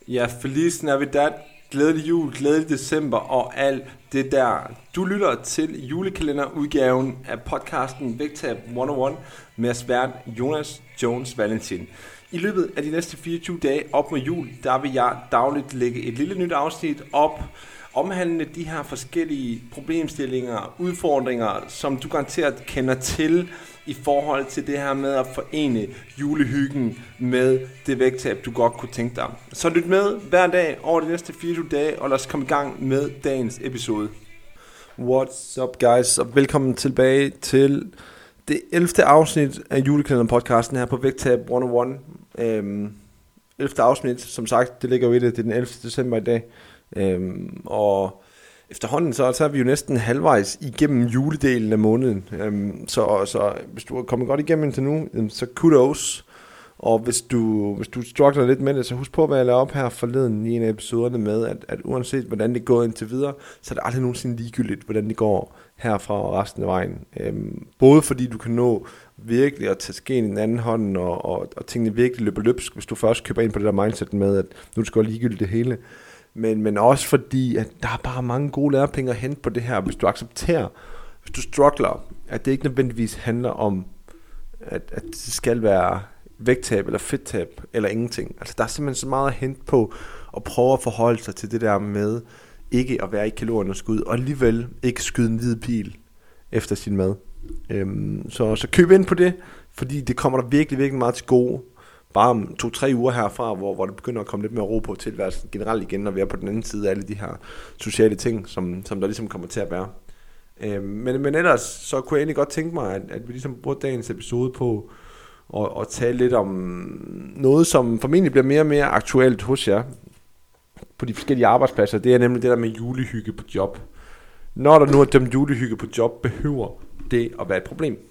Ja, Feliz Navidad, glædelig jul, glædelig december og alt det der. Du lytter til julekalenderudgaven af podcasten Vægtab 101 med svært Jonas Jones Valentin. I løbet af de næste 24 dage op mod jul, der vil jeg dagligt lægge et lille nyt afsnit op, omhandlende de her forskellige problemstillinger, udfordringer, som du garanteret kender til i forhold til det her med at forene julehyggen med det vægttab, du godt kunne tænke dig. Så lyt med hver dag over de næste 24 dage, og lad os komme i gang med dagens episode. What's up guys, og velkommen tilbage til det 11. afsnit af julekalender-podcasten her på Vægtab 101. 11. afsnit, som sagt, det ligger jo i det er den 11. december i dag. Og efterhånden så er vi jo næsten halvvejs igennem juledelen af måneden. Så hvis du er kommet godt igennem indtil nu, så kudos. Og hvis du struggler lidt med det, så husk på, hvad jeg lavede op her forleden i en af episoderne med, at uanset hvordan det går indtil videre, så er det aldrig nogensinde ligegyldigt, hvordan det går herfra og resten af vejen. Både fordi du kan nå virkelig at tage skeen i den anden hånd, og tingene virkelig løber løbsk, hvis du først køber ind på det der mindset med, at nu er det sgu ligegyldigt det hele. Men også fordi, at der er bare mange gode lærepenge at hente på det her, hvis du accepterer, hvis du struggler, at det ikke nødvendigvis handler om, at det skal være vægttab eller fedttab eller ingenting. Altså der er simpelthen så meget at hente på at prøve at forholde sig til det der med ikke at være i kalorieunderskud og alligevel ikke skyde en hvid pil efter sin mad. Så køb ind på det, fordi det kommer der virkelig, virkelig meget til gode. Bare om 2-3 uger herfra, hvor det begynder at komme lidt mere ro på tilværelsen generelt igen, når vi er på den anden side af alle de her sociale ting, som der ligesom kommer til at være. Men ellers, så kunne jeg egentlig godt tænke mig, at vi ligesom bruger dagens episode på at tale lidt om noget, som formentlig bliver mere og mere aktuelt hos jer på de forskellige arbejdspladser. Det er nemlig det der med julehygge på job. Når der nu er dømt julehygge på job, behøver det at være et problem.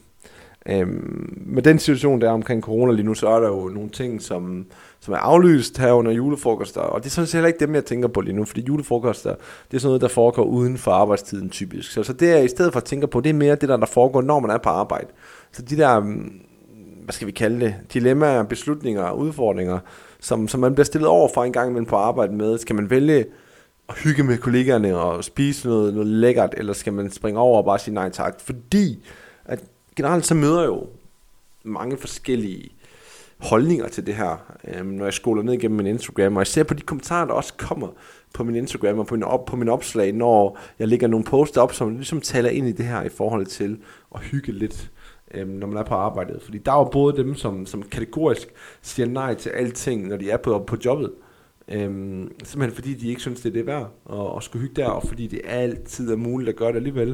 Med den situation der er omkring corona lige nu, så er der jo nogle ting som er aflyst her under julefrokoster, og det er sådan set heller ikke dem jeg tænker på lige nu, fordi julefrokoster, det er sådan noget der foregår uden for arbejdstiden typisk, så det er i stedet for at tænke på, det er mere det der foregår når man er på arbejde. Så de der, hvad skal vi kalde det, dilemmaer, beslutninger, udfordringer, som man bliver stillet over for en gang imellem på arbejde med, skal man vælge at hygge med kollegaerne og spise noget lækkert, eller skal man springe over og bare sige nej tak, fordi at generelt så møder jeg jo mange forskellige holdninger til det her, når jeg scroller ned igennem min Instagram, og jeg ser på de kommentarer, der også kommer på min Instagram og på min opslag, når jeg lægger nogle posts op, som ligesom taler ind i det her i forhold til at hygge lidt, når man er på arbejdet. Fordi der er jo både dem, som kategorisk siger nej til alting, når de er på jobbet, simpelthen fordi de ikke synes, det er det værd at skulle hygge der, og fordi det altid er muligt at gøre det alligevel.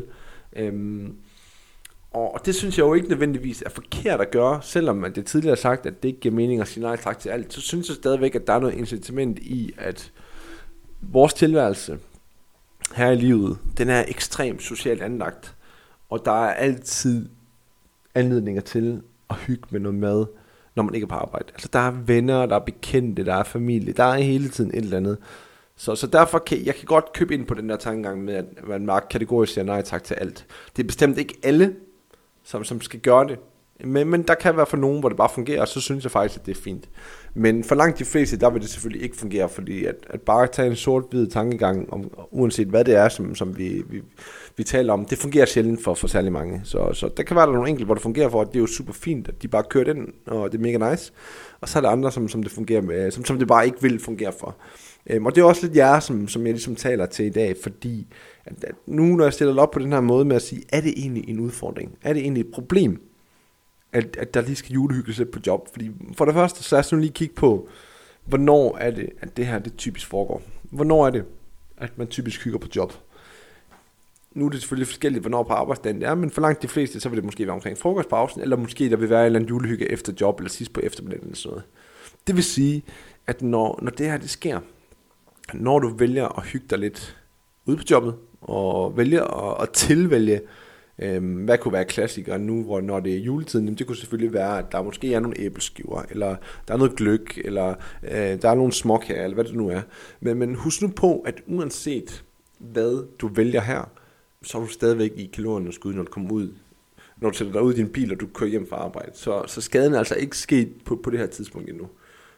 Og det synes jeg jo ikke nødvendigvis er forkert at gøre, selvom at jeg tidligere har sagt, at det ikke giver mening at sige nej tak til alt, så synes jeg stadigvæk, at der er noget incitament i, at vores tilværelse her i livet, den er ekstremt socialt anlagt, og der er altid anledninger til at hygge med noget mad, når man ikke er på arbejde. Altså der er venner, der er bekendte, der er familie, der er hele tiden et eller andet. Så derfor kan jeg godt købe ind på den der tankegang med, at man meget kategorisk siger nej tak til alt. Det er bestemt ikke alle, som skal gøre det. Men der kan være for nogen, hvor det bare fungerer, og så synes jeg faktisk, at det er fint. Men for langt de fleste, der vil det selvfølgelig ikke fungere, fordi at bare tage en sort-hvid tankegang, om, uanset hvad det er, som vi taler om, det fungerer sjældent for særlig mange. Så der kan være der nogle enkelte, hvor det fungerer for, at det er jo super fint, at de bare kører den, og det er mega nice. Og så er der andre, som det fungerer med, som det bare ikke vil fungere for. Og det er også lidt jer, som jeg ligesom taler til i dag, fordi at nu, når jeg stiller op på den her måde med at sige, er det egentlig en udfordring? Er det egentlig et problem, at der lige skal julehygges lidt på job? Fordi for det første, så lad os nu lige kigge på, hvornår er det, at det her det typisk foregår? Hvornår er det, at man typisk hygger på job? Nu er det selvfølgelig forskelligt, hvornår på arbejdsdagen det er, men for langt de fleste, så vil det måske være omkring frokostpausen, eller måske der vil være en eller anden julehygge efter job, eller sidst på eftermiddagen eller sådan noget. Det vil sige, at når det her det sker, når du vælger at hygge dig lidt ude på jobbet, og vælger at tilvælge, hvad kunne være klassikere nu, hvor når det er juletiden, det kunne selvfølgelig være, at der måske er nogle æbleskiver, eller der er noget gløgg, eller der er nogle småkager, eller hvad det nu er. Men husk nu på, at uanset hvad du vælger her, så er du stadigvæk i kalorieunderskud, når du kommer ud, når du sætter dig ud i din bil, og du kører hjem fra arbejde. Så skaden er altså ikke sket på det her tidspunkt endnu.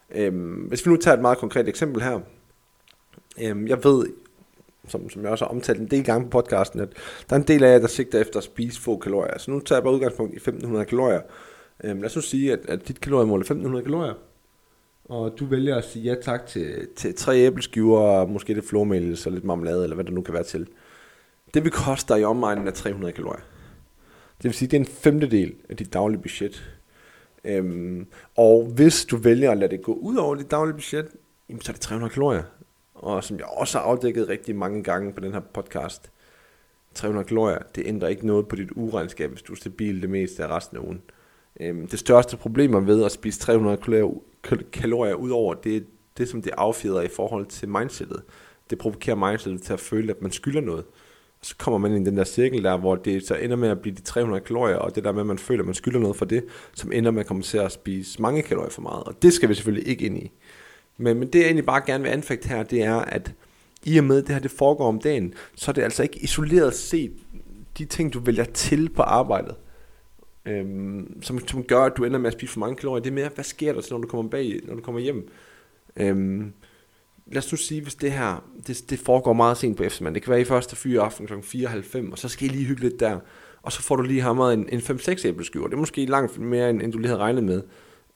Hvis vi nu tager et meget konkret eksempel her. Jeg ved, som jeg også har omtalt en del gange på podcasten, at der er en del af jer, der sigter efter at spise få kalorier. Så nu tager jeg bare udgangspunkt i 1500 kalorier. Lad os nu sige, at dit kaloriemål er 1500 kalorier. Og du vælger at sige ja tak til 3 æbleskiver, og måske lidt flormelis så lidt marmelade, eller hvad det nu kan være til. Det vil koste dig i omegnen af 300 kalorier. Det vil sige, at det er en femtedel af dit daglige budget. Og hvis du vælger at lade det gå ud over dit daglige budget, så er det 300 kalorier. Og som jeg også har afdækket rigtig mange gange på den her podcast, 300 kalorier, det ændrer ikke noget på dit uregnskab, hvis du er stabil det meste af resten af ugen. Det største problem ved at spise 300 kalorier ud over, det er det, som det affjeder i forhold til mindsetet. Det provokerer mindsetet til at føle, at man skylder noget. Og så kommer man ind i den der cirkel der, hvor det så ender med at blive de 300 kalorier, og det der med, at man føler, at man skylder noget for det, som ender med at komme til at spise mange kalorier for meget. Og det skal vi selvfølgelig ikke ind i. Men det jeg egentlig bare gerne vil anfægte her, det er, at i og med det her, det foregår om dagen, så er det altså ikke isoleret set de ting, du vælger til på arbejdet, som gør, at du ender med at spise for mange kalorier. Det er mere, hvad sker der så, når du kommer hjem? Lad os nu sige, hvis det her, det foregår meget sent på eftermiddagen. Det kan være i første fyre aften kl. 4:30, og så skal I lige hygge lidt der. Og så får du lige hamret en 5-6 æbleskiver. Det er måske langt mere, end du lige havde regnet med.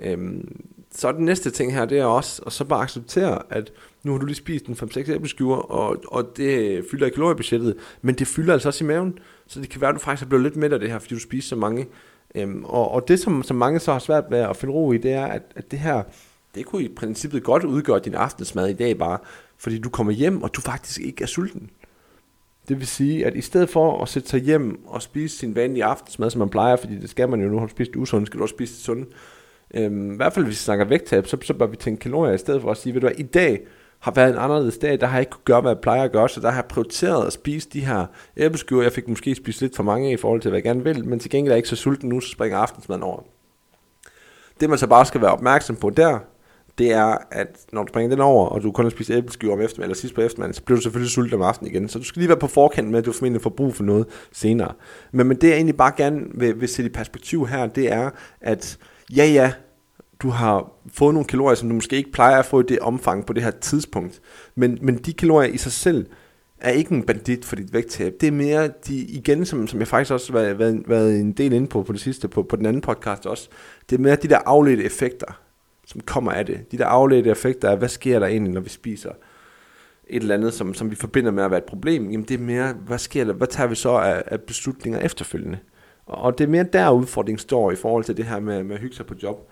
Så den næste ting her, det er også at så bare acceptere, at nu har du lige spist en 5-6 æbleskiver, og det fylder i kaloriebudgettet, men det fylder altså også i maven. Så det kan være, at du faktisk er blevet lidt mæt af det her, fordi du spiser så mange. Og det, som mange så har svært ved at finde ro i, det er, at det her, det kunne i princippet godt udgøre din aftensmad i dag bare, fordi du kommer hjem, og du faktisk ikke er sulten. Det vil sige, at i stedet for at sætte sig hjem og spise sin vanlige aftensmad, som man plejer, fordi det skal man jo, nu har du spist usundt, skal du også spise det sunde. I hvert fald hvis vi snakker vægttab, så bør vi tænke kalorier i stedet for at sige, ved du hvad, i dag har været en anderledes dag, der har jeg ikke kunne gøre, hvad jeg plejer at gøre, så der har jeg prioriteret at spise de her æbleskiver. Jeg fik måske spist lidt for mange i forhold til, hvad jeg gerne vil, men til gengæld er jeg ikke så sulten nu, så springer aftensmaden over. Det man så bare skal være opmærksom på der, det er, at når du springer den over, og du kun har spist æbleskiver om eftermiddagen, eller sidst på eftermiddagen, så bliver du selvfølgelig sulten om aftenen igen. Så du skal lige være på forkant med, at du formentlig får brug for noget senere. Men det jeg egentlig bare gerne vil sætte i perspektiv her, det er, at ja, du har fået nogle kalorier, som du måske ikke plejer at få i det omfang på det her tidspunkt. Men de kalorier i sig selv er ikke en bandit for dit vægttab. Det er mere de, igen, som jeg faktisk også har været en del inde på det sidste, på den anden podcast også. Det er mere de der afledte effekter, som kommer af det. De der afledte effekter af, hvad sker der egentlig, når vi spiser et eller andet, som vi forbinder med at være et problem. Jamen det er mere, hvad sker der, hvad tager vi så af beslutninger efterfølgende? Og det er mere der udfordringen står i forhold til det her med at hygge sig på job.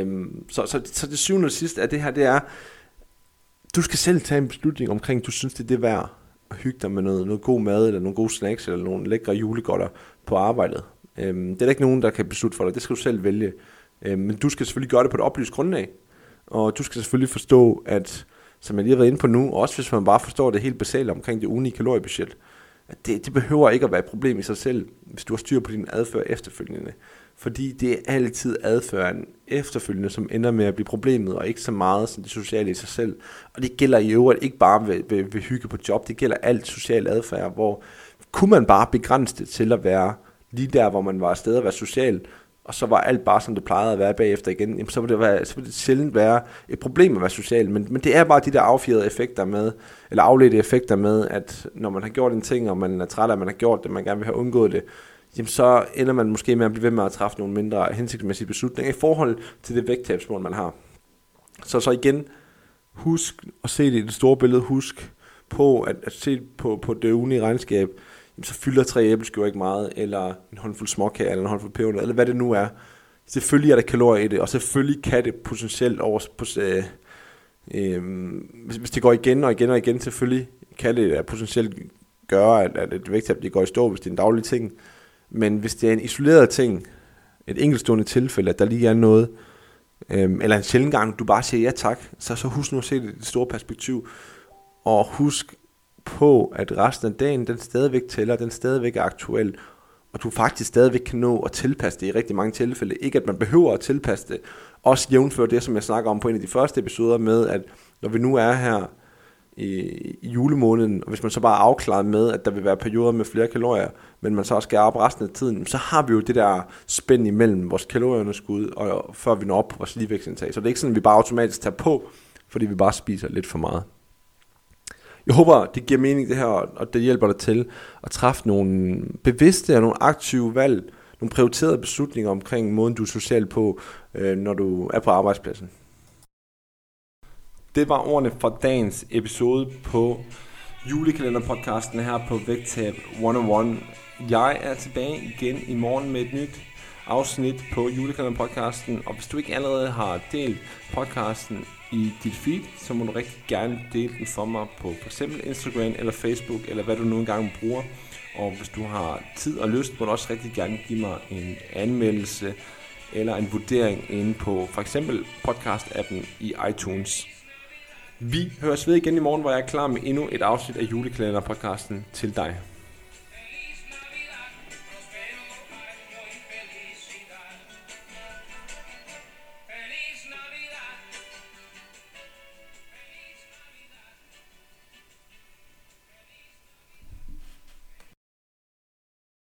Så det syvende og sidste af det her, det er, du skal selv tage en beslutning omkring, du synes det er værd at hygge dig med noget god mad, eller nogle gode snacks, eller nogle lækre julegodter på arbejdet. Det er der ikke nogen, der kan beslutte for dig, det skal du selv vælge. Men du skal selvfølgelig gøre det på et oplyst grundlag, og du skal selvfølgelig forstå, at, som jeg lige har været inde på nu, også hvis man bare forstår det helt basale omkring det ugenlige kaloriebudget, at det behøver ikke at være et problem i sig selv, hvis du har styr på din adfærd efterfølgende. Fordi det er altid adfærden efterfølgende, som ender med at blive problemet, og ikke så meget som det sociale i sig selv. Og det gælder i øvrigt ikke bare ved hygge på job, det gælder alt social adfærd, hvor kunne man bare begrænse det til at være lige der, hvor man var afsted at være social, og så var alt bare som det plejede at være bagefter igen, jamen, så vil det sjældent være et problem at være social, men det er bare de der affjedede effekter med, eller afledte effekter med, at når man har gjort en ting, og man er træt af, at man har gjort det, man gerne vil have undgået det, jamen så ender man måske med at blive ved med at træffe nogle mindre hensigtsmæssige beslutninger i forhold til det vægttabsmål, man har. Så igen, husk at se det i det store billede, husk på at se på det ugenlige regnskab, jamen så fylder 3 æbleskiver ikke meget, eller en håndfuld småkager, eller en håndfuld peberrødder, eller hvad det nu er. Selvfølgelig er der kalorier i det, og selvfølgelig kan det potentielt hvis det går igen og igen og igen, selvfølgelig kan det potentielt gøre, at et vægttab det går i stå, hvis det er en daglig ting. Men hvis det er en isoleret ting, et enkeltstående tilfælde, at der lige er noget, eller en sjældent gang, du bare siger ja tak, så husk nu at se det i det store perspektiv, og husk på, at resten af dagen, den stadigvæk tæller, den stadigvæk er aktuel, og du faktisk stadigvæk kan nå at tilpasse det i rigtig mange tilfælde. Ikke at man behøver at tilpasse det, også jævnfør det, som jeg snakker om på en af de første episoder med, at når vi nu er her i julemåneden, og hvis man så bare er afklaret med, at der vil være perioder med flere kalorier, men man så også skal op resten af tiden, så har vi jo det der spænd imellem vores kalorieunderskud, og før vi når op på vores ligevægtsindtag. Så det er ikke sådan, at vi bare automatisk tager på, fordi vi bare spiser lidt for meget. Jeg håber, det giver mening det her, og det hjælper dig til at træffe nogle bevidste og nogle aktive valg, nogle prioriterede beslutninger omkring måden, du er social på, når du er på arbejdspladsen. Det var ordene fra dagens episode på julekalenderpodcasten her på Vægttab 101. Jeg er tilbage igen i morgen med et nyt afsnit på julekalenderpodcasten, og hvis du ikke allerede har delt podcasten i dit feed, så må du rigtig gerne dele den for mig på f.eks. Instagram eller Facebook, eller hvad du nu engang bruger. Og hvis du har tid og lyst, må du også rigtig gerne give mig en anmeldelse eller en vurdering inde på f.eks. podcast-appen i iTunes. Vi høres ved igen i morgen, hvor jeg er klar med endnu et afsnit af julekalenderpodcasten til dig.